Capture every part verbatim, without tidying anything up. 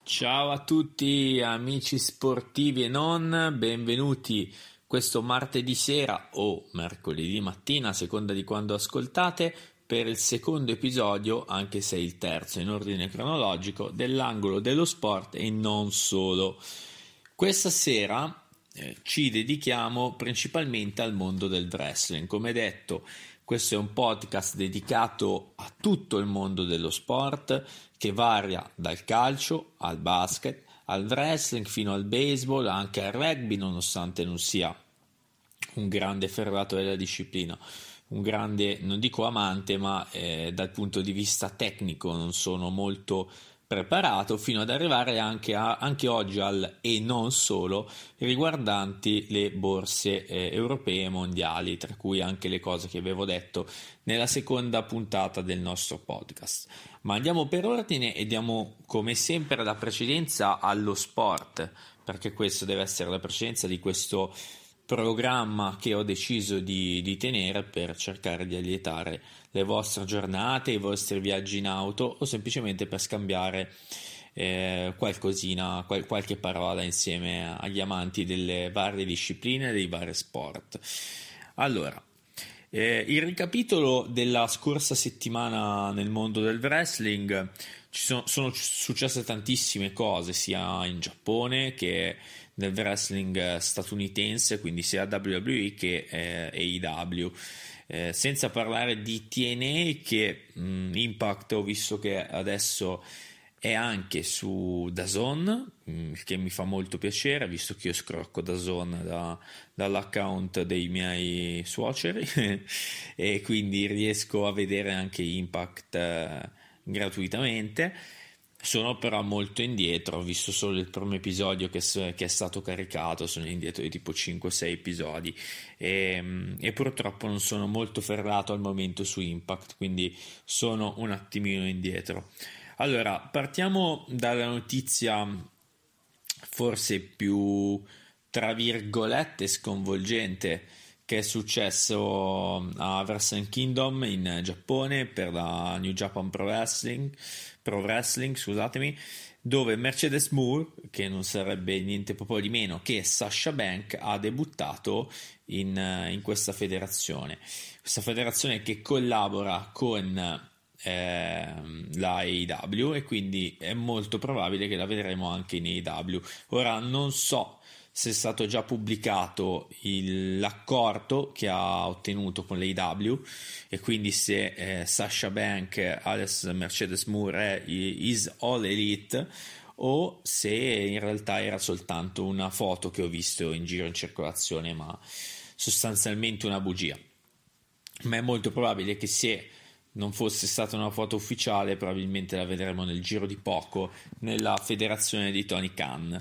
Ciao a tutti amici sportivi e non, benvenuti questo martedì sera o mercoledì mattina, a seconda di quando ascoltate, per il secondo episodio, anche se è il terzo in ordine cronologico, dell'angolo dello sport e non solo. Questa sera eh, ci dedichiamo principalmente al mondo del wrestling. Come detto, questo è un podcast dedicato a tutto il mondo dello sport, che varia dal calcio al basket, al wrestling fino al baseball, anche al rugby, nonostante non sia un grande ferrato della disciplina, un grande, non dico amante, ma eh, dal punto di vista tecnico non sono molto preparato, fino ad arrivare anche, a, anche oggi al e non solo riguardanti le borse eh, europee e mondiali, tra cui anche le cose che avevo detto nella seconda puntata del nostro podcast. Ma andiamo per ordine e diamo come sempre la precedenza allo sport, perché questo deve essere la precedenza di questo programma che ho deciso di, di tenere per cercare di allietare le vostre giornate, i vostri viaggi in auto o semplicemente per scambiare eh, qualcosina, qual- qualche parola insieme agli amanti delle varie discipline, dei vari sport. Allora, eh, il ricapitolo della scorsa settimana nel mondo del wrestling: ci sono, sono successe tantissime cose sia in Giappone che nel wrestling statunitense, quindi sia W W E che eh, A E W, eh, senza parlare di T N A che mh, Impact ho visto che adesso è anche su DAZN, il che mi fa molto piacere, visto che io scrocco DAZN da, dall'account dei miei suoceri e quindi riesco a vedere anche Impact eh, gratuitamente. Sono però molto indietro, ho visto solo il primo episodio che, che è stato caricato, sono indietro di tipo cinque sei episodi e, e purtroppo non sono molto ferrato al momento su Impact, quindi sono un attimino indietro. Allora, partiamo dalla notizia forse più, tra virgolette, sconvolgente che è successo a Wrestle Kingdom in Giappone per la New Japan Pro Wrestling, Pro Wrestling, scusatemi, dove Mercedes Moore, che non sarebbe niente proprio di meno che Sasha Banks, ha debuttato in, in questa federazione. Questa federazione che collabora con eh, la A E W e quindi è molto probabile che la vedremo anche in A E W. Ora non so se è stato già pubblicato il, l'accordo che ha ottenuto con l'A E W e quindi se eh, Sasha Banks, alias Mercedes Moore, è is All Elite o se in realtà era soltanto una foto che ho visto in giro in circolazione, ma sostanzialmente una bugia. Ma è molto probabile che se non fosse stata una foto ufficiale probabilmente la vedremo nel giro di poco nella federazione di Tony Khan.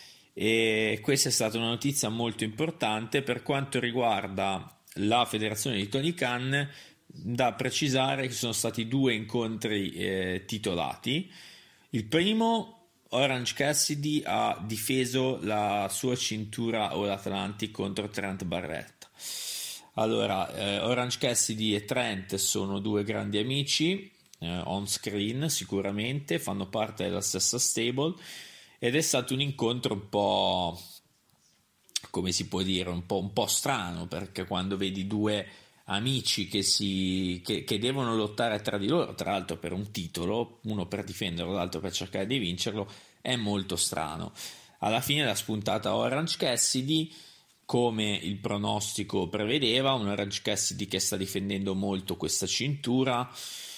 E questa è stata una notizia molto importante per quanto riguarda la federazione di Tony Khan. Da precisare che sono stati due incontri eh, titolati. Il primo, Orange Cassidy ha difeso la sua cintura All Atlantic contro Trent Barretta. Allora, eh, Orange Cassidy e Trent sono due grandi amici eh, on screen, sicuramente fanno parte della stessa stable. Ed è stato un incontro un po', come si può dire, un po', un po' strano, perché quando vedi due amici che, si, che, che devono lottare tra di loro, tra l'altro per un titolo, uno per difenderlo, l'altro per cercare di vincerlo, è molto strano. Alla fine l'ha spuntata Orange Cassidy, come il pronostico prevedeva, un Orange Cassidy che sta difendendo molto questa cintura.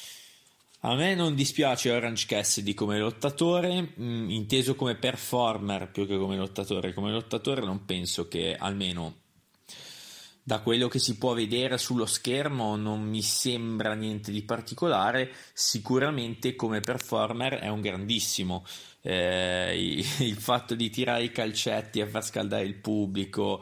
A me non dispiace Orange Cassidy come lottatore, mh, inteso come performer più che come lottatore. Come lottatore non penso che, almeno da quello che si può vedere sullo schermo, non mi sembra niente di particolare. Sicuramente come performer è un grandissimo. Eh, il fatto di tirare i calcetti a far scaldare il pubblico,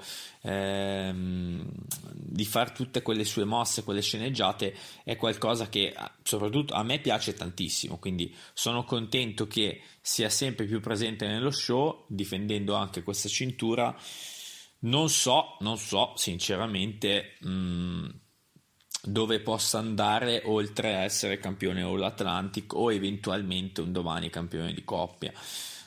ehm, di fare tutte quelle sue mosse, quelle sceneggiate, è qualcosa che soprattutto a me piace tantissimo, quindi sono contento che sia sempre più presente nello show, difendendo anche questa cintura. Non so, non so sinceramente mh, dove possa andare oltre a essere campione All Atlantic o eventualmente un domani campione di coppia.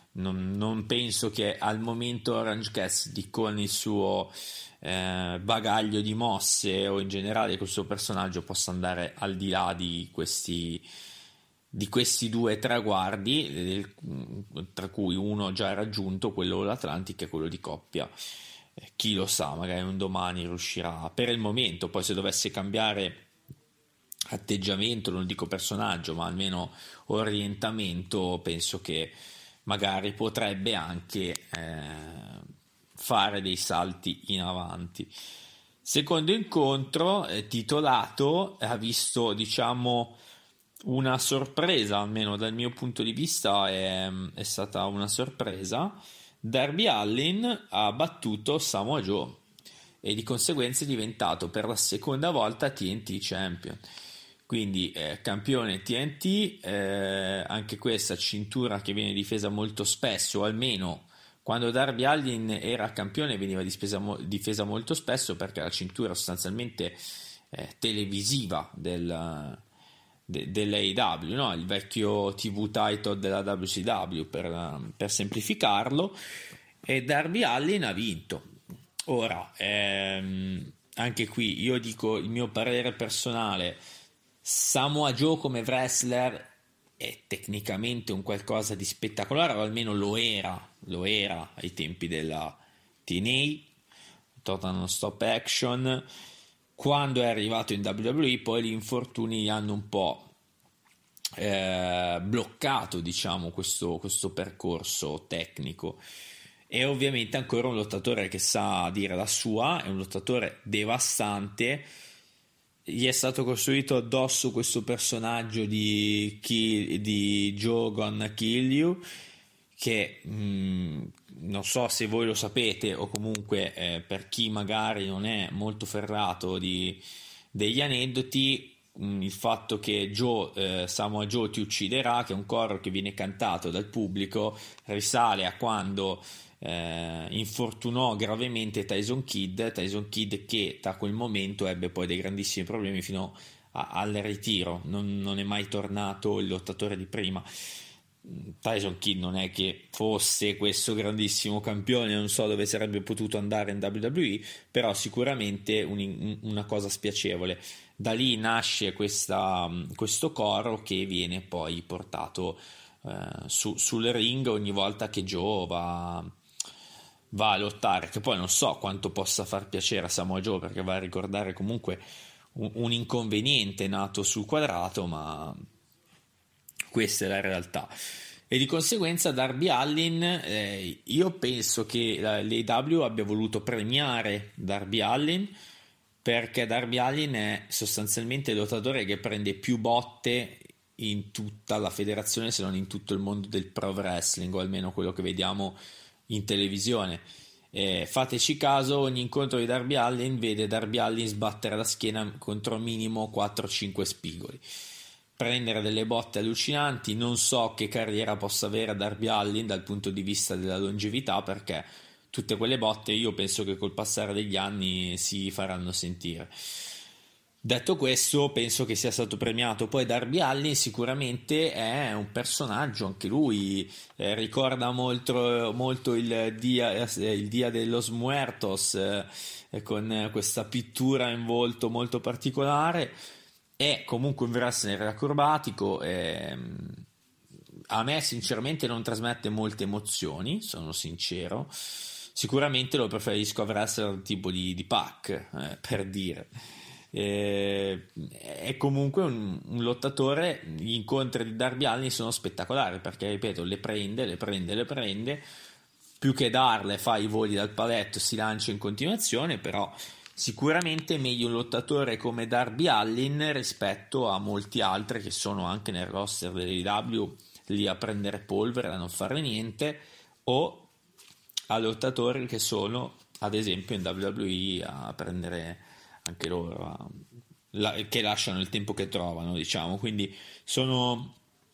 non, non penso che al momento Orange Cassidy, con il suo eh, bagaglio di mosse o in generale col suo personaggio, possa andare al di là di questi di questi due traguardi, tra cui uno già raggiunto, quello dell'Atlantic, e quello di coppia. Eh, chi lo sa, magari un domani riuscirà. Per il momento, poi se dovesse cambiare atteggiamento, non dico personaggio, ma almeno orientamento, penso che magari potrebbe anche eh, fare dei salti in avanti. Secondo incontro eh, titolato, ha visto, diciamo, una sorpresa, almeno dal mio punto di vista è, è stata una sorpresa. Darby Allin ha battuto Samoa Joe e di conseguenza è diventato per la seconda volta T N T Champion, quindi eh, campione T N T, eh, anche questa cintura che viene difesa molto spesso, o almeno quando Darby Allin era campione veniva difesa, difesa molto spesso, perché la cintura sostanzialmente eh, televisiva del De, dell'A E W, no? Il vecchio T V title della W C W, per, per semplificarlo, e Darby Allin ha vinto. Ora ehm, anche qui io dico il mio parere personale: Samoa Joe come wrestler è tecnicamente un qualcosa di spettacolare, o almeno lo era lo era ai tempi della T N A, Total Non Stop Action. Quando è arrivato in W W E poi gli infortuni gli hanno un po' eh, bloccato, diciamo, questo, questo percorso tecnico. È ovviamente ancora un lottatore che sa dire la sua, è un lottatore devastante. Gli è stato costruito addosso questo personaggio di, Kill, di Joe Gonna Kill You, che mh, non so se voi lo sapete, o comunque eh, per chi magari non è molto ferrato di, degli aneddoti, mh, il fatto che Joe, eh, Samoa Joe ti ucciderà, che è un coro che viene cantato dal pubblico, risale a quando eh, infortunò gravemente Tyson Kidd, Tyson Kidd che da quel momento ebbe poi dei grandissimi problemi fino a, al ritiro, non, non è mai tornato il lottatore di prima. Tyson Kidd non è che fosse questo grandissimo campione, non so dove sarebbe potuto andare in W W E, però sicuramente un, una cosa spiacevole. Da lì nasce questa, questo coro che viene poi portato eh, su, sul ring ogni volta che Joe va, va a lottare, che poi non so quanto possa far piacere a Samoa Joe, perché va a ricordare comunque un, un inconveniente nato sul quadrato, ma questa è la realtà. E di conseguenza Darby Allin, eh, io penso che l'A E W abbia voluto premiare Darby Allin, perché Darby Allin è sostanzialmente il lottatore che prende più botte in tutta la federazione, se non in tutto il mondo del pro wrestling, o almeno quello che vediamo in televisione. Eh, fateci caso, ogni incontro di Darby Allin vede Darby Allin sbattere la schiena contro minimo quattro cinque spigoli, prendere delle botte allucinanti. Non so che carriera possa avere Darby Allin dal punto di vista della longevità, perché tutte quelle botte io penso che col passare degli anni si faranno sentire. Detto questo, penso che sia stato premiato. Poi Darby Allin sicuramente è un personaggio, anche lui eh, ricorda molto, molto il dia, il dia de los Muertos, eh, con questa pittura in volto molto particolare. È comunque un wrestler acrobatico, ehm, a me sinceramente non trasmette molte emozioni, sono sincero. Sicuramente lo preferisco a wrestler tipo di, di Pac, eh, per dire. Eh, è comunque un, un lottatore. Gli incontri di Darby Allin sono spettacolari, perché ripeto, le prende, le prende, le prende, più che darle fa i voli dal paletto, si lancia in continuazione. Però sicuramente è meglio un lottatore come Darby Allin rispetto a molti altri che sono anche nel roster dell'A E W lì a prendere polvere, a non fare niente, o a lottatori che sono ad esempio in W W E a prendere anche loro, a, la, che lasciano il tempo che trovano, diciamo. Quindi sono,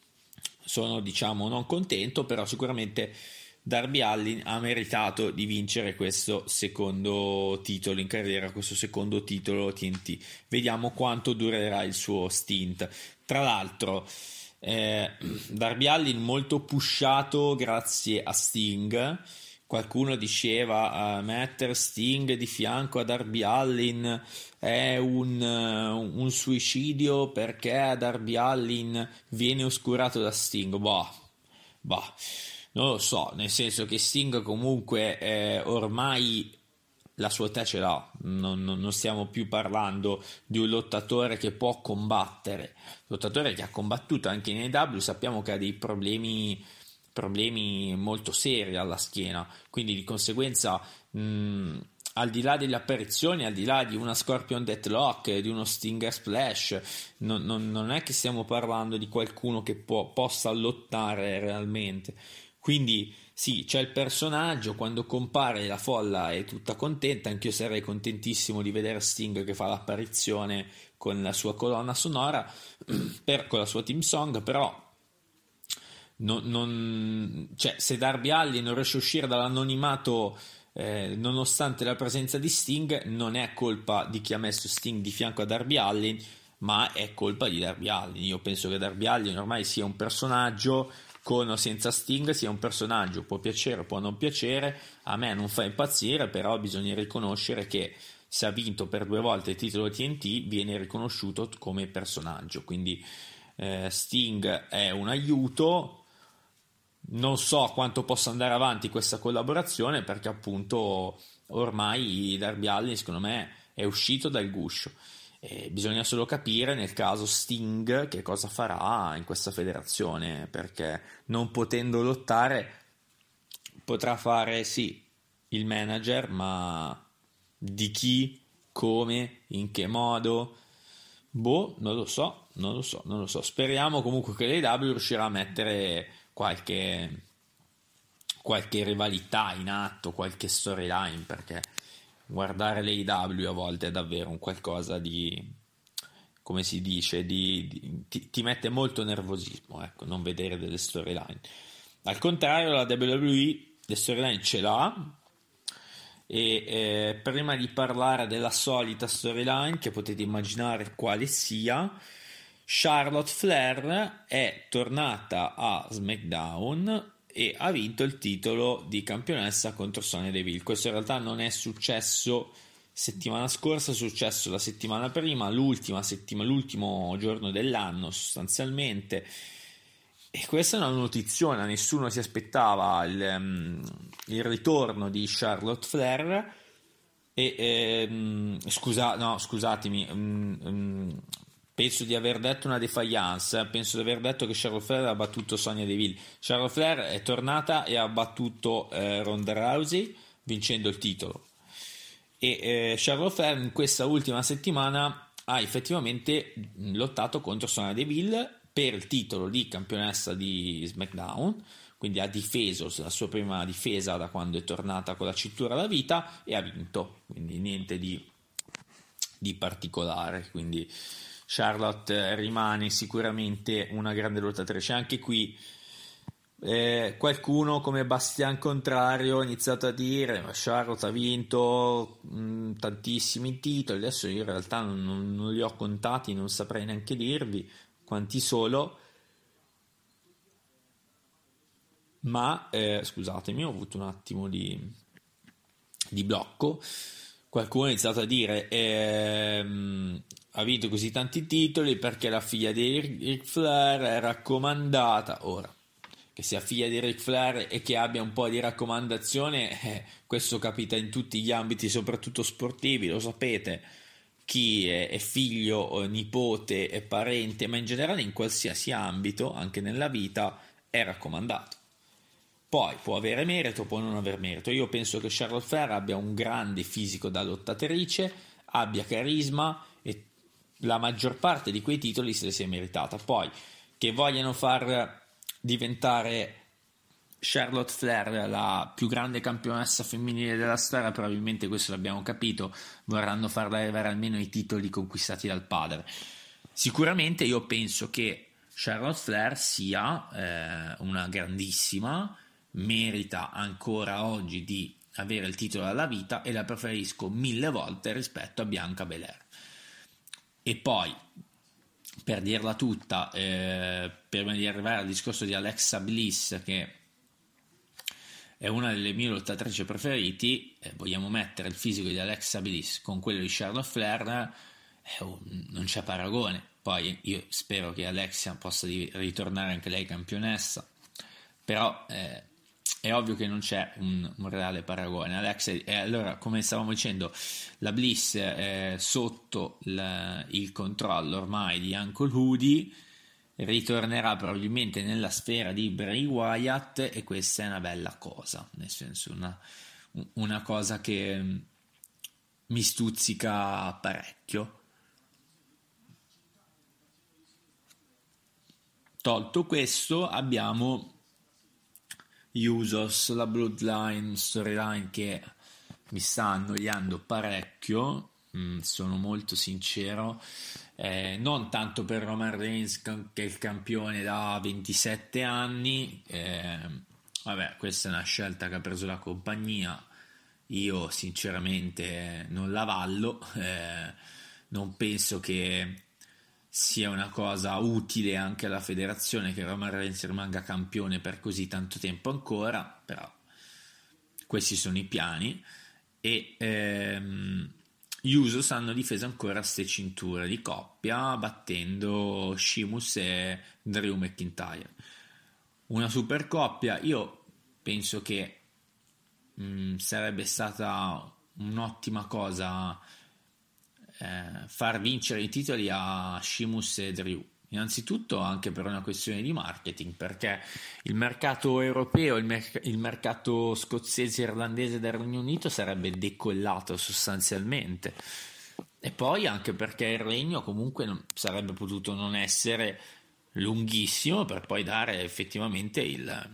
sono diciamo non contento, però sicuramente Darby Allin ha meritato di vincere questo secondo titolo in carriera, questo secondo titolo T N T. Vediamo quanto durerà il suo stint. Tra l'altro eh, Darby Allin molto pushato grazie a Sting. Qualcuno diceva uh, mettere Sting di fianco a Darby Allin è un, uh, un suicidio perché Darby Allin viene oscurato da Sting. Boh, boh, non lo so, nel senso che Sting comunque eh, ormai la sua età ce l'ha, non, non, non stiamo più parlando di un lottatore che può combattere, lottatore che ha combattuto anche in A E W, sappiamo che ha dei problemi problemi molto seri alla schiena, quindi di conseguenza mh, al di là delle apparizioni, al di là di una Scorpion Deathlock, di uno Stinger Splash, non, non, non è che stiamo parlando di qualcuno che può, possa lottare realmente. Quindi sì, c'è il personaggio, quando compare la folla è tutta contenta, anch'io sarei contentissimo di vedere Sting che fa l'apparizione con la sua colonna sonora, per, con la sua team song, però Non, non, cioè, se Darby Allin non riesce a uscire dall'anonimato eh, nonostante la presenza di Sting, non è colpa di chi ha messo Sting di fianco a Darby Allin, ma è colpa di Darby Allin. Io penso che Darby Allin ormai sia un personaggio, con o senza Sting sia un personaggio, può piacere, può non piacere, a me non fa impazzire, però bisogna riconoscere che se ha vinto per due volte il titolo T N T viene riconosciuto come personaggio, quindi eh, Sting è un aiuto. Non so quanto possa andare avanti questa collaborazione, perché appunto ormai Darby Allin secondo me è uscito dal guscio, e bisogna solo capire nel caso Sting che cosa farà in questa federazione, perché non potendo lottare potrà fare sì il manager, ma di chi, come, in che modo, boh, non lo so, non lo so, non lo so. Speriamo comunque che l'A E W riuscirà a mettere qualche qualche rivalità in atto, qualche storyline, perché guardare l'A E W a volte è davvero un qualcosa di, come si dice, di, di ti, ti mette molto nervosismo, ecco, non vedere delle storyline. Al contrario, la W W E le storyline ce l'ha, e eh, prima di parlare della solita storyline, che potete immaginare quale sia, Charlotte Flair è tornata a SmackDown e ha vinto il titolo di campionessa contro Sonya Deville. Questo in realtà non è successo settimana scorsa, è successo la settimana prima, l'ultima settimana, l'ultimo giorno dell'anno sostanzialmente, e questa è una notiziona, nessuno si aspettava il, um, il ritorno di Charlotte Flair e ehm, scusa, no, scusatemi, um, um, penso di aver detto una defiance, penso di aver detto che Charlotte Flair ha battuto Sonya Deville. Charlotte Flair è tornata e ha battuto eh, Ronda Rousey vincendo il titolo, e eh, Charlotte Flair in questa ultima settimana ha effettivamente lottato contro Sonya Deville per il titolo di campionessa di SmackDown, quindi ha difeso la sua prima difesa da quando è tornata con la cintura alla vita e ha vinto, quindi niente di, di particolare. Quindi Charlotte rimane sicuramente una grande lottatrice. Anche qui eh, qualcuno come Bastian Contrario ha iniziato a dire ma Charlotte ha vinto mh, tantissimi titoli, adesso io in realtà non, non, non li ho contati, non saprei neanche dirvi quanti solo, ma eh, scusatemi, ho avuto un attimo di, di blocco. Qualcuno ha iniziato a dire ehm, ha vinto così tanti titoli perché la figlia di Ric Flair è raccomandata. Ora, che sia figlia di Ric Flair e che abbia un po' di raccomandazione, eh, questo capita in tutti gli ambiti, soprattutto sportivi, lo sapete. Chi è, è figlio o nipote, è parente, ma in generale in qualsiasi ambito, anche nella vita, è raccomandato. Poi può avere merito, può non aver merito. Io penso che Charlotte Flair abbia un grande fisico da lottatrice, abbia carisma e la maggior parte di quei titoli se li sia meritata. Poi che vogliano far diventare Charlotte Flair la più grande campionessa femminile della storia, probabilmente questo l'abbiamo capito, vorranno farla arrivare almeno ai titoli conquistati dal padre. Sicuramente io penso che Charlotte Flair sia eh, una grandissima, merita ancora oggi di avere il titolo della vita e la preferisco mille volte rispetto a Bianca Belair. E poi per dirla tutta, eh, prima di arrivare al discorso di Alexa Bliss, che è una delle mie lottatrici preferiti, eh, vogliamo mettere il fisico di Alexa Bliss con quello di Charlotte Flair, eh, oh, non c'è paragone. Poi io spero che Alexa possa di- ritornare anche lei campionessa, però eh, è ovvio che non c'è un, un reale paragone. Alexa, eh, allora, come stavamo dicendo, la Bliss è sotto la, il controllo ormai di Uncle Hoody, ritornerà probabilmente nella sfera di Bray Wyatt, e questa è una bella cosa, nel senso una, una cosa che mi stuzzica parecchio. Tolto questo, abbiamo Usos, la Bloodline storyline, che mi sta annoiando parecchio, mm, sono molto sincero, eh, non tanto per Roman Reigns, che è il campione da ventisette anni, eh, vabbè, questa è una scelta che ha preso la compagnia, io sinceramente non la vallo, eh, non penso che sia una cosa utile anche alla federazione che Roman Reigns rimanga campione per così tanto tempo ancora, però questi sono i piani. E ehm, gli Usos hanno difeso ancora ste cinture di coppia battendo Sheamus e Drew McIntyre, una super coppia. Io penso che mh, sarebbe stata un'ottima cosa eh, far vincere i titoli a Sheamus e Drew, innanzitutto anche per una questione di marketing, perché il mercato europeo, il, merc- il mercato scozzese e irlandese del Regno Unito sarebbe decollato sostanzialmente, e poi anche perché il regno comunque non, sarebbe potuto non essere lunghissimo per poi dare effettivamente il,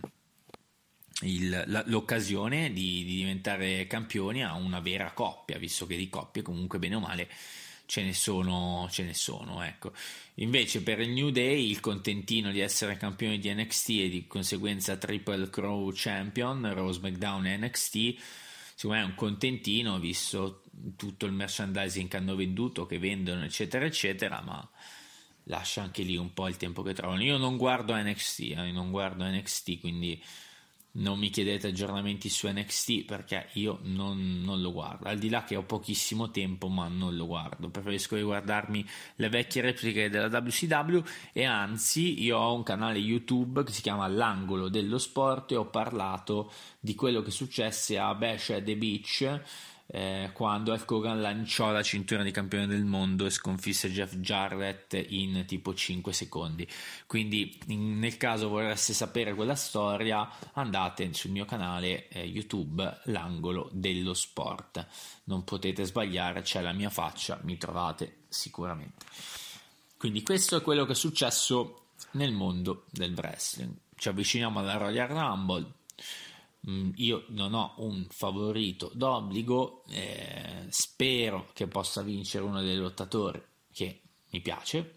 il, la, l'occasione di, di diventare campioni a una vera coppia, visto che di coppie comunque bene o male ce ne sono, ce ne sono, ecco. Invece per il New Day il contentino di essere campioni di N X T e di conseguenza Triple Crow Champion, Raw, SmackDown e N X T, secondo me è un contentino visto tutto il merchandising che hanno venduto, che vendono eccetera eccetera, ma lascia anche lì un po' il tempo che trovano. Io non guardo N X T, eh, non guardo N X T, quindi non mi chiedete aggiornamenti su N X T perché io non, non lo guardo, al di là che ho pochissimo tempo, ma non lo guardo, preferisco riguardarmi le vecchie repliche della W C W. E anzi, io ho un canale YouTube che si chiama L'Angolo dello Sport e ho parlato di quello che successe a Bash at the Beach, eh, quando Hulk Hogan lanciò la cintura di campione del mondo e sconfisse Jeff Jarrett in tipo cinque secondi. Quindi in, nel caso vorreste sapere quella storia, andate sul mio canale eh, YouTube L'Angolo dello Sport, non potete sbagliare, c'è la mia faccia, mi trovate sicuramente. Quindi questo è quello che è successo nel mondo del wrestling. Ci avviciniamo alla Royal Rumble. Io non ho un favorito d'obbligo, eh, spero che possa vincere uno dei lottatori che mi piace,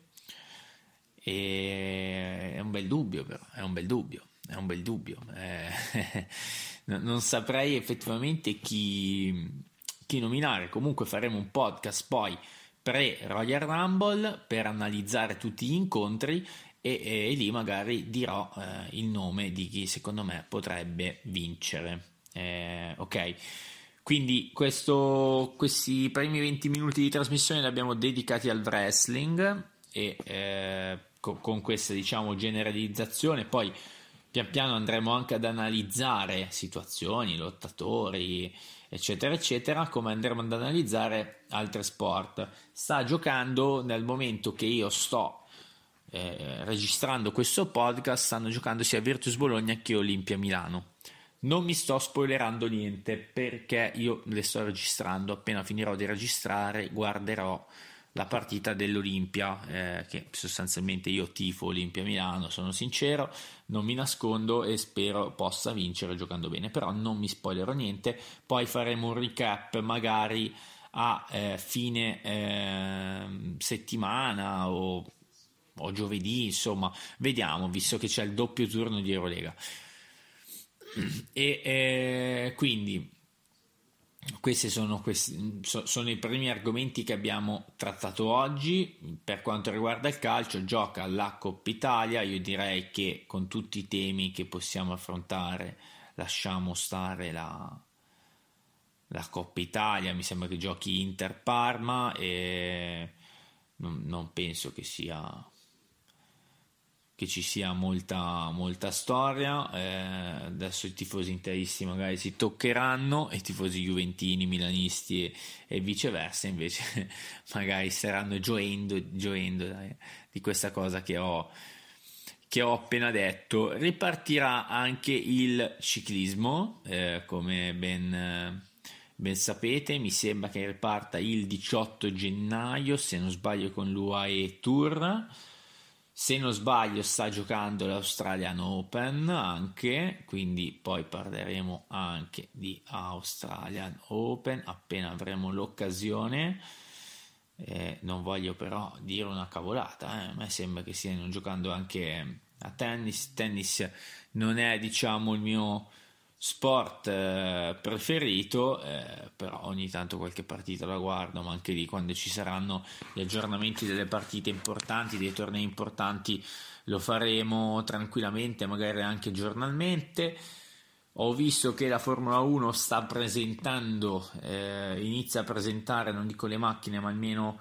e è un bel dubbio, però è un bel dubbio, è un bel dubbio. Eh, non saprei effettivamente chi, chi nominare. Comunque faremo un podcast poi pre Royal Rumble per analizzare tutti gli incontri, e, e lì magari dirò eh, il nome di chi secondo me potrebbe vincere. Eh, ok, quindi questo, questi primi venti minuti di trasmissione li abbiamo dedicati al wrestling, e eh, co- con questa diciamo generalizzazione poi pian piano andremo anche ad analizzare situazioni, lottatori eccetera eccetera, come andremo ad analizzare altri sport. Sta giocando nel momento che io sto Eh, registrando questo podcast, stanno giocando sia Virtus Bologna che Olimpia Milano. Non mi sto spoilerando niente perché io le sto registrando, appena finirò di registrare guarderò la partita dell'Olimpia, eh, che sostanzialmente io tifo Olimpia Milano, sono sincero, non mi nascondo e spero possa vincere giocando bene, però non mi spoilerò niente. Poi faremo un recap magari a eh, fine eh, settimana o o giovedì, insomma, vediamo, visto che c'è il doppio turno di Eurolega. E eh, quindi questi sono, questi sono i primi argomenti che abbiamo trattato oggi. Per quanto riguarda il calcio, gioca la Coppa Italia. Io direi che con tutti i temi che possiamo affrontare lasciamo stare la, la Coppa Italia. Mi sembra che giochi Inter-Parma e non, non penso che sia che ci sia molta, molta storia. Eh, adesso i tifosi interisti magari si toccheranno, e i tifosi juventini, milanisti e, e viceversa invece magari staranno gioendo, gioendo dai, di questa cosa che ho, che ho appena detto. Ripartirà anche il ciclismo, eh, come ben, ben sapete. Mi sembra che riparta il diciotto gennaio, se non sbaglio, con l'U A E Tour. Se non sbaglio sta giocando l'Australian Open anche, quindi poi parleremo anche di Australian Open appena avremo l'occasione. Eh, non voglio però dire una cavolata, eh. A me sembra che stiano giocando anche a tennis. Tennis non è, diciamo, il mio sport eh, preferito, eh, però ogni tanto qualche partita la guardo, ma anche lì quando ci saranno gli aggiornamenti delle partite importanti, dei tornei importanti, lo faremo tranquillamente, magari anche giornalmente. Ho visto che la Formula uno sta presentando, eh, inizia a presentare, non dico le macchine, ma almeno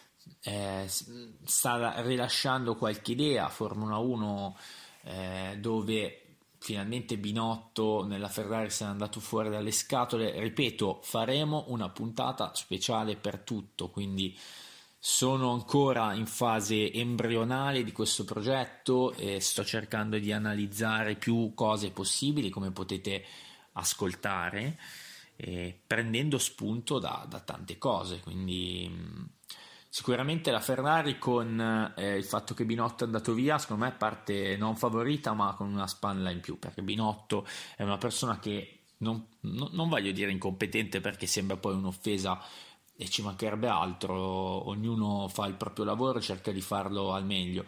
eh, sta rilasciando qualche idea. Formula uno eh, dove finalmente Binotto nella Ferrari se n'è andato fuori dalle scatole. Ripeto, faremo una puntata speciale per tutto, quindi sono ancora in fase embrionale di questo progetto e sto cercando di analizzare più cose possibili, come potete ascoltare, eh, prendendo spunto da, da tante cose. Quindi mh, sicuramente la Ferrari, con eh, il fatto che Binotto è andato via, secondo me parte non favorita ma con una spalla in più, perché Binotto è una persona che non, non, non voglio dire incompetente, perché sembra poi un'offesa e ci mancherebbe altro, ognuno fa il proprio lavoro e cerca di farlo al meglio.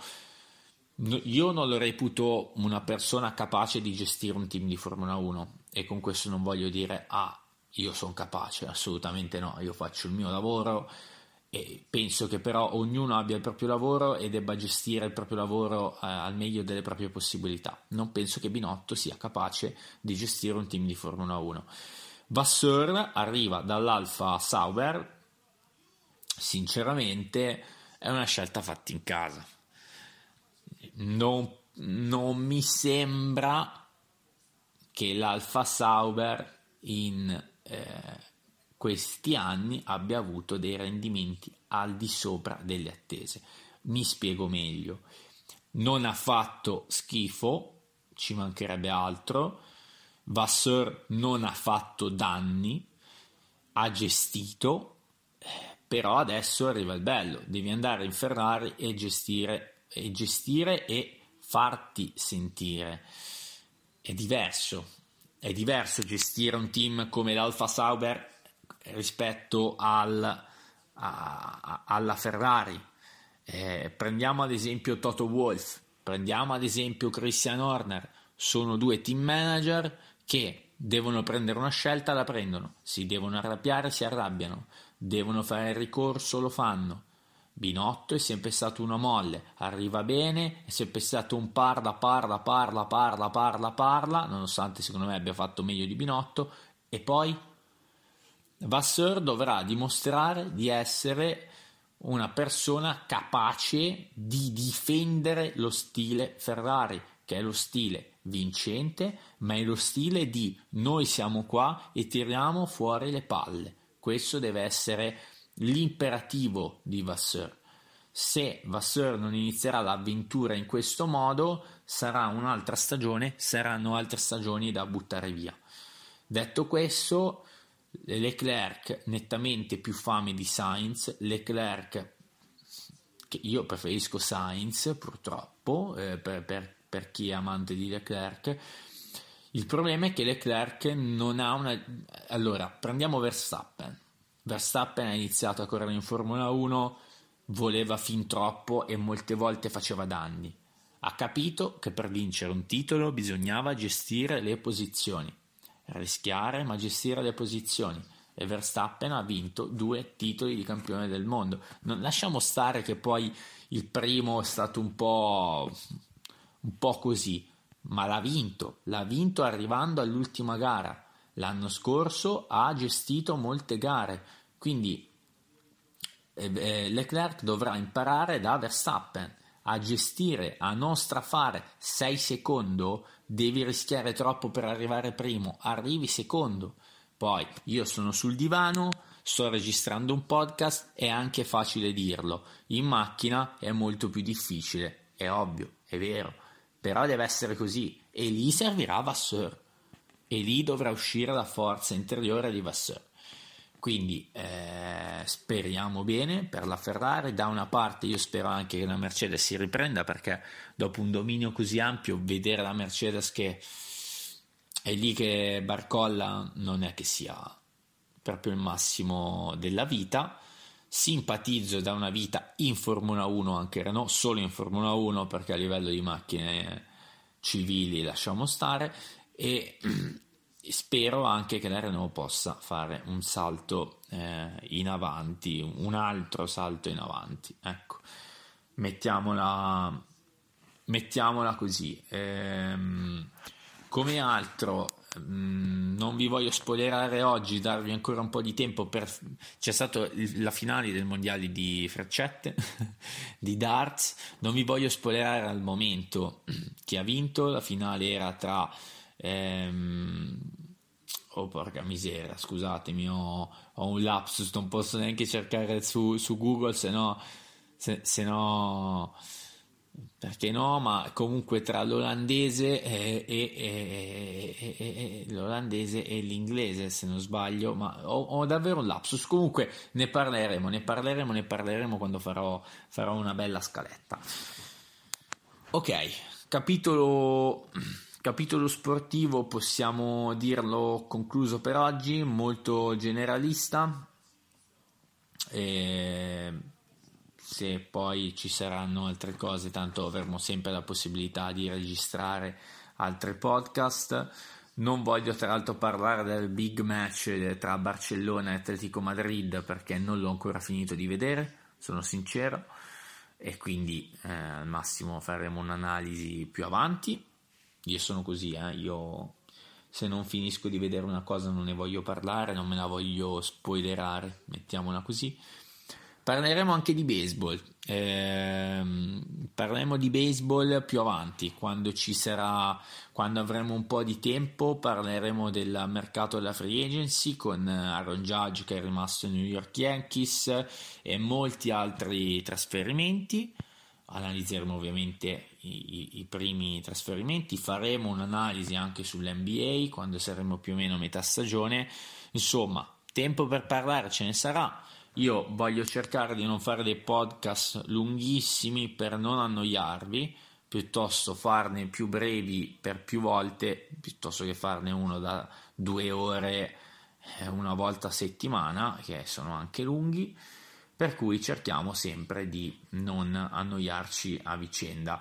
Io non lo reputo una persona capace di gestire un team di Formula uno, e con questo non voglio dire ah, io sono capace, assolutamente no, io faccio il mio lavoro e penso che però ognuno abbia il proprio lavoro e debba gestire il proprio lavoro eh, al meglio delle proprie possibilità. Non penso che Binotto sia capace di gestire un team di Formula uno. Vasseur arriva dall'Alfa Sauber. Sinceramente è una scelta fatta in casa. Non, non mi sembra che l'Alfa Sauber in eh, questi anni abbia avuto dei rendimenti al di sopra delle attese. Mi spiego meglio: non ha fatto schifo, ci mancherebbe altro. Vasseur non ha fatto danni, ha gestito, però adesso arriva il bello: devi andare in Ferrari e gestire e gestire e farti sentire. È diverso, è diverso gestire un team come l'Alfa Sauber rispetto al, a, a, alla Ferrari. Eh, prendiamo ad esempio Toto Wolff, prendiamo ad esempio Christian Horner. Sono due team manager che devono prendere una scelta, la prendono, si devono arrabbiare, si arrabbiano, devono fare il ricorso, lo fanno. Binotto è sempre stato una molle, arriva bene, è sempre stato un parla, parla, parla, parla, parla, parla, nonostante secondo me abbia fatto meglio di Binotto. E poi Vasseur dovrà dimostrare di essere una persona capace di difendere lo stile Ferrari, che è lo stile vincente, ma è lo stile di noi siamo qua e tiriamo fuori le palle. Questo deve essere l'imperativo di Vasseur. Se Vasseur non inizierà l'avventura in questo modo, sarà un'altra stagione, saranno altre stagioni da buttare via. Detto questo, Leclerc nettamente più fame di Sainz. Leclerc, che io preferisco Sainz purtroppo, eh, per, per, per chi è amante di Leclerc. Il problema è che Leclerc non ha una... Allora, prendiamo Verstappen. Verstappen ha iniziato a correre in Formula uno, voleva fin troppo e molte volte faceva danni. Ha capito che per vincere un titolo bisognava gestire le posizioni, rischiare ma gestire le posizioni. e Verstappen ha vinto due titoli di campione del mondo. Non, lasciamo stare che poi il primo è stato un po', un po' così, ma l'ha vinto, l'ha vinto arrivando all'ultima gara. L'anno scorso ha gestito molte gare, quindi eh, Leclerc dovrà imparare da Verstappen a gestire, a non strafare. Sei secondi, devi rischiare troppo per arrivare primo, arrivi secondo. Poi io sono sul divano, sto registrando un podcast, è anche facile dirlo, in macchina è molto più difficile, è ovvio, è vero, però deve essere così, e lì servirà Vasseur, e lì dovrà uscire la forza interiore di Vasseur. Quindi eh, speriamo bene per la Ferrari. Da una parte io spero anche che la Mercedes si riprenda, perché dopo un dominio così ampio vedere la Mercedes che è lì che barcolla non è che sia proprio il massimo della vita. Simpatizzo da una vita in Formula uno anche Renault, solo in Formula uno, perché a livello di macchine civili lasciamo stare, e spero anche che la Renault possa fare un salto eh, in avanti, un altro salto in avanti, ecco, mettiamola mettiamola così. Ehm, come altro, mh, non vi voglio spoilerare oggi, darvi ancora un po' di tempo per... c'è stata la finale del mondiale di freccette di darts, non vi voglio spoilerare al momento chi ha vinto. La finale era tra ehm... oh porca miseria, scusatemi, ho, ho un lapsus, non posso neanche cercare su, su Google, se no se, se no perché no, ma comunque tra l'olandese e, e, e, e, e l'olandese e l'inglese, se non sbaglio, ma ho, ho davvero un lapsus. Comunque ne parleremo, ne parleremo, ne parleremo quando farò, farò una bella scaletta. Ok, capitolo capitolo sportivo possiamo dirlo concluso per oggi, molto generalista. E se poi ci saranno altre cose, tanto avremo sempre la possibilità di registrare altri podcast. Non voglio tra l'altro parlare del big match tra Barcellona e Atletico Madrid, perché non l'ho ancora finito di vedere, sono sincero, e quindi eh, al massimo faremo un'analisi più avanti. Io sono così, eh? Io se non finisco di vedere una cosa non ne voglio parlare, non me la voglio spoilerare, mettiamola così. Parleremo anche di baseball, eh, parleremo di baseball più avanti, quando ci sarà, quando avremo un po' di tempo. Parleremo del mercato della free agency con Aaron Judge che è rimasto ai New York Yankees e molti altri trasferimenti. Analizzeremo ovviamente i, i, i primi trasferimenti, faremo un'analisi anche sull'N B A quando saremo più o meno a metà stagione. Insomma, tempo per parlare ce ne sarà. Io voglio cercare di non fare dei podcast lunghissimi per non annoiarvi, piuttosto farne più brevi per più volte, piuttosto che farne uno da due ore una volta a settimana, che sono anche lunghi, per cui cerchiamo sempre di non annoiarci a vicenda.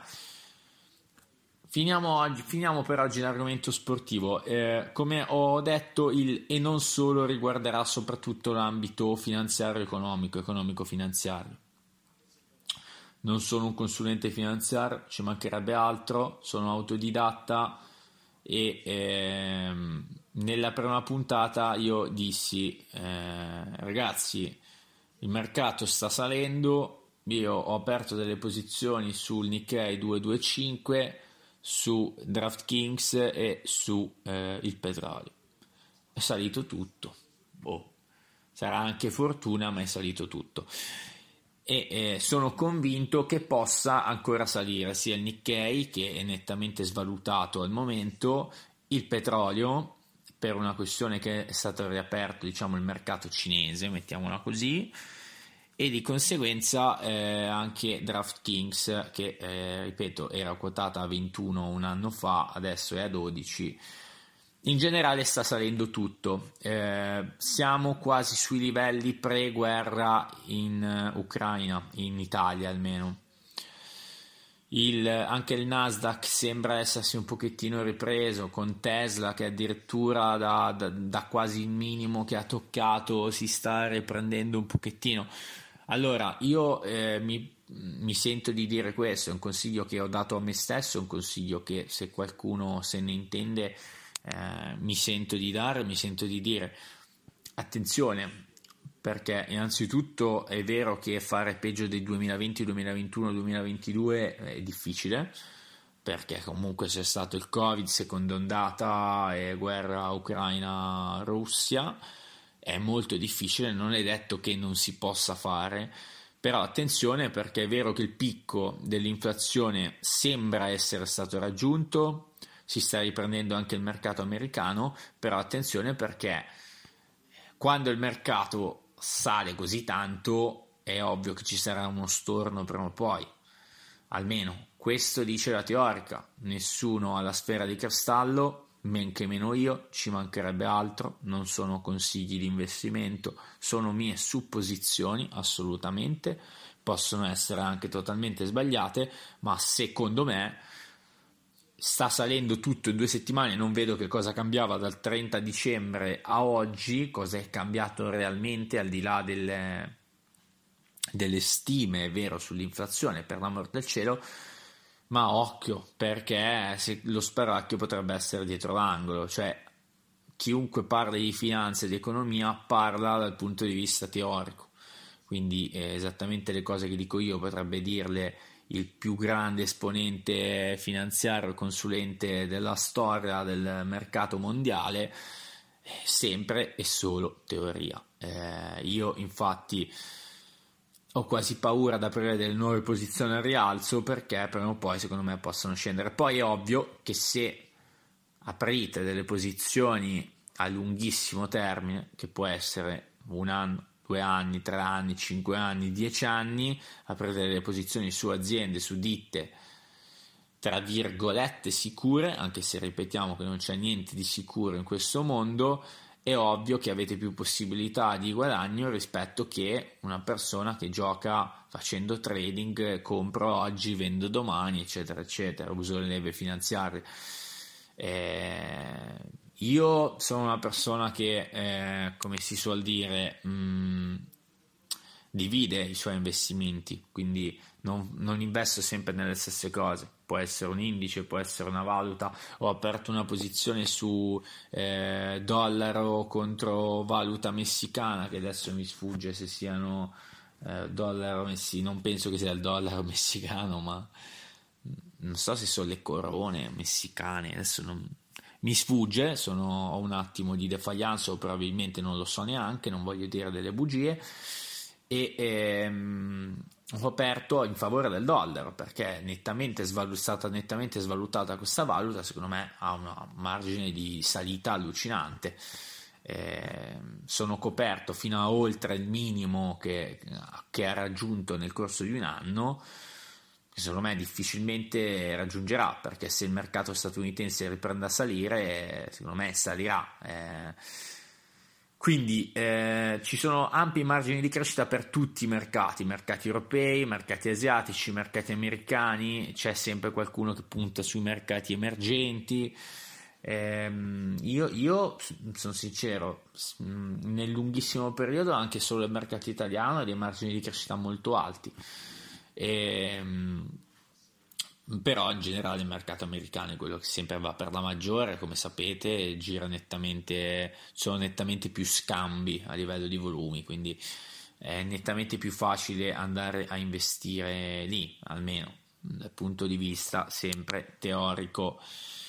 Finiamo, oggi, finiamo per oggi l'argomento sportivo. Eh, come ho detto, il e non solo riguarderà soprattutto l'ambito finanziario, economico, economico-finanziario. Non sono un consulente finanziario, ci mancherebbe altro, sono autodidatta e ehm, nella prima puntata io dissi eh, ragazzi, il mercato sta salendo, io ho aperto delle posizioni sul Nikkei duecentoventicinque, su DraftKings e su eh, il petrolio. È salito tutto, boh, sarà anche fortuna, ma è salito tutto e eh, sono convinto che possa ancora salire sia il Nikkei, che è nettamente svalutato al momento, il petrolio per una questione che è stato riaperto, diciamo, il mercato cinese, mettiamola così, e di conseguenza eh, anche DraftKings che eh, ripeto era quotata a ventuno un anno fa, adesso è a dodici. In generale sta salendo tutto, eh, siamo quasi sui livelli pre-guerra in uh, Ucraina, in Italia almeno. Il, anche il Nasdaq sembra essersi un pochettino ripreso, con Tesla che addirittura da, da, da quasi il minimo che ha toccato si sta riprendendo un pochettino. Allora io eh, mi, mi sento di dire questo, è un consiglio che ho dato a me stesso, è un consiglio che se qualcuno se ne intende eh, mi sento di dare, mi sento di dire attenzione, perché innanzitutto è vero che fare peggio del duemilaventi, duemilaventuno, duemilaventidue è difficile, perché comunque c'è stato il Covid, seconda ondata e guerra Ucraina-Russia, è molto difficile, non è detto che non si possa fare, però attenzione, perché è vero che il picco dell'inflazione sembra essere stato raggiunto, si sta riprendendo anche il mercato americano, però attenzione perché quando il mercato sale così tanto è ovvio che ci sarà uno storno prima o poi, almeno questo dice la teorica. Nessuno ha la sfera di cristallo, men che meno io, ci mancherebbe altro, non sono consigli di investimento, sono mie supposizioni, assolutamente, possono essere anche totalmente sbagliate, ma secondo me sta salendo tutto in due settimane, non vedo che cosa cambiava dal trenta dicembre a oggi, cosa è cambiato realmente al di là delle, delle stime, è vero, sull'inflazione, per l'amor del cielo, ma occhio, perché se lo sparacchio potrebbe essere dietro l'angolo, cioè chiunque parli di finanza e di economia parla dal punto di vista teorico, quindi eh, esattamente le cose che dico io potrebbe dirle il più grande esponente finanziario e consulente della storia del mercato mondiale, sempre e solo teoria. Eh, io infatti ho quasi paura di aprire delle nuove posizioni al rialzo, perché prima o poi secondo me possono scendere. Poi è ovvio che se aprite delle posizioni a lunghissimo termine, che può essere un anno, due anni, tre anni, cinque anni, dieci anni, aprire delle posizioni su aziende, su ditte tra virgolette sicure, anche se ripetiamo che non c'è niente di sicuro in questo mondo, è ovvio che avete più possibilità di guadagno rispetto che una persona che gioca facendo trading, compro oggi, vendo domani, eccetera eccetera, uso le leve finanziarie. Eh, io sono una persona che eh, come si suol dire mh, divide i suoi investimenti, quindi non, non investo sempre nelle stesse cose, può essere un indice, può essere una valuta. Ho aperto una posizione su eh, dollaro contro valuta messicana, che adesso mi sfugge se siano eh, dollaro messi, non penso che sia il dollaro messicano, ma non so se sono le corone messicane, adesso non mi sfugge, sono, ho un attimo di defiance o probabilmente non lo so neanche, non voglio dire delle bugie, e ehm, ho aperto in favore del dollaro perché è nettamente svalu- stata nettamente svalutata questa valuta, secondo me ha un margine di salita allucinante. Eh, sono coperto fino a oltre il minimo che, che ha raggiunto nel corso di un anno, che secondo me difficilmente raggiungerà, perché se il mercato statunitense riprende a salire, secondo me salirà. Eh, quindi eh, ci sono ampi margini di crescita per tutti i mercati, mercati europei, mercati asiatici, mercati americani, c'è sempre qualcuno che punta sui mercati emergenti. Eh, io, io sono sincero, nel lunghissimo periodo anche solo il mercato italiano ha dei margini di crescita molto alti. E, però in generale il mercato americano è quello che sempre va per la maggiore, come sapete, gira nettamente, sono nettamente più scambi a livello di volumi, quindi è nettamente più facile andare a investire lì, almeno dal punto di vista sempre teorico.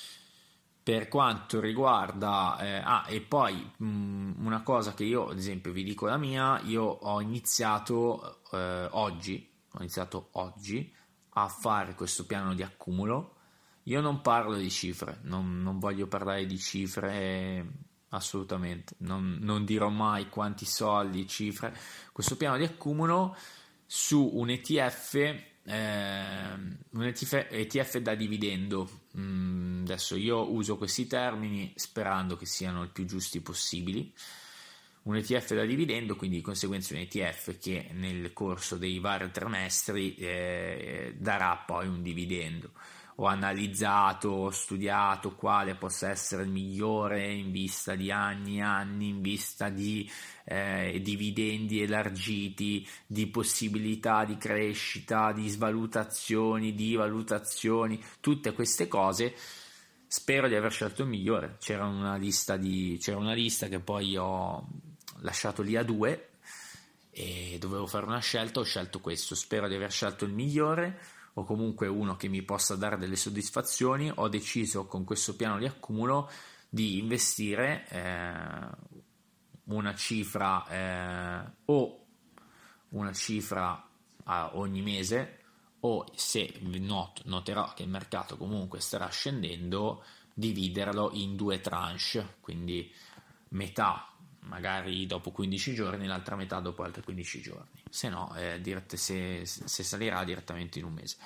Per quanto riguarda eh, ah e poi mh, una cosa che io ad esempio vi dico la mia, io ho iniziato eh, oggi ho iniziato oggi a fare questo piano di accumulo. Io non parlo di cifre, non, non voglio parlare di cifre assolutamente, non, non dirò mai quanti soldi, cifre. Questo piano di accumulo su un E T F, eh, un E T F, E T F da dividendo. Mm, adesso io uso questi termini sperando che siano il più giusti possibili. un E T F da dividendo, quindi di conseguenza un E T F che nel corso dei vari trimestri eh, darà poi un dividendo. Ho analizzato, ho studiato quale possa essere il migliore in vista di anni e anni, in vista di eh, dividendi elargiti, di possibilità di crescita, di svalutazioni, di valutazioni, tutte queste cose. Spero di aver scelto il migliore. C'era una lista di, c'era una lista che poi ho lasciato lì a due e dovevo fare una scelta, ho scelto questo. Spero di aver scelto il migliore, o comunque uno che mi possa dare delle soddisfazioni. Ho deciso con questo piano di accumulo di investire eh, una cifra eh, o una cifra a ogni mese, o se not- noterò che il mercato comunque starà scendendo, dividerlo in due tranche, quindi metà magari dopo quindici giorni, l'altra metà dopo altri quindici giorni, se no eh, dirette, se, se salirà direttamente in un mese.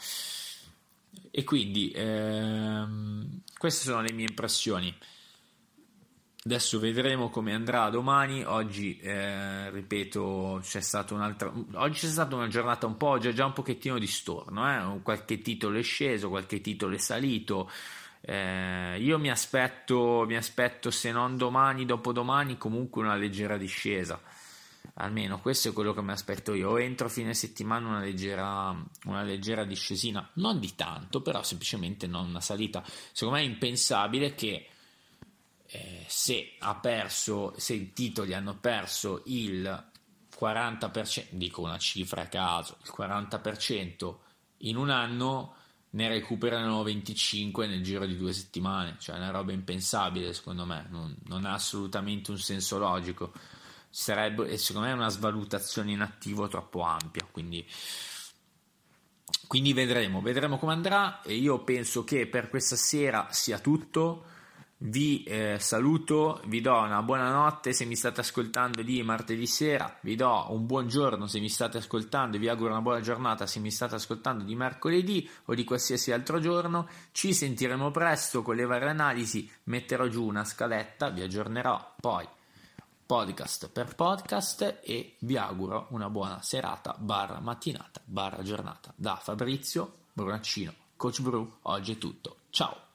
E quindi ehm, queste sono le mie impressioni. Adesso vedremo come andrà domani. Oggi eh, ripeto, c'è stata un'altra oggi c'è stata una giornata un po' già, già un pochettino di storno, eh? Qualche titolo è sceso, qualche titolo è salito. Eh, io mi aspetto, mi aspetto se non domani, dopodomani, comunque una leggera discesa. Almeno questo è quello che mi aspetto io. O entro fine settimana una leggera, una leggera discesina, non di tanto, però semplicemente non una salita. Secondo me è impensabile che eh, se ha perso, se i titoli hanno perso il quaranta per cento, dico una cifra a caso, il quaranta per cento in un anno, ne recuperano venticinque nel giro di due settimane. Cioè è una roba impensabile, secondo me, non, non ha assolutamente un senso logico. Sarebbe, secondo me, una svalutazione in attivo troppo ampia, quindi quindi vedremo vedremo come andrà. E io penso che per questa sera sia tutto. Vi eh, saluto, vi do una buonanotte se mi state ascoltando di martedì sera, vi do un buon giorno se mi state ascoltando e vi auguro una buona giornata se mi state ascoltando di mercoledì o di qualsiasi altro giorno. Ci sentiremo presto con le varie analisi, metterò giù una scaletta, vi aggiornerò poi podcast per podcast e vi auguro una buona serata barra mattinata barra giornata. Da Fabrizio Bonaccino, Coach Bru, oggi è tutto, ciao!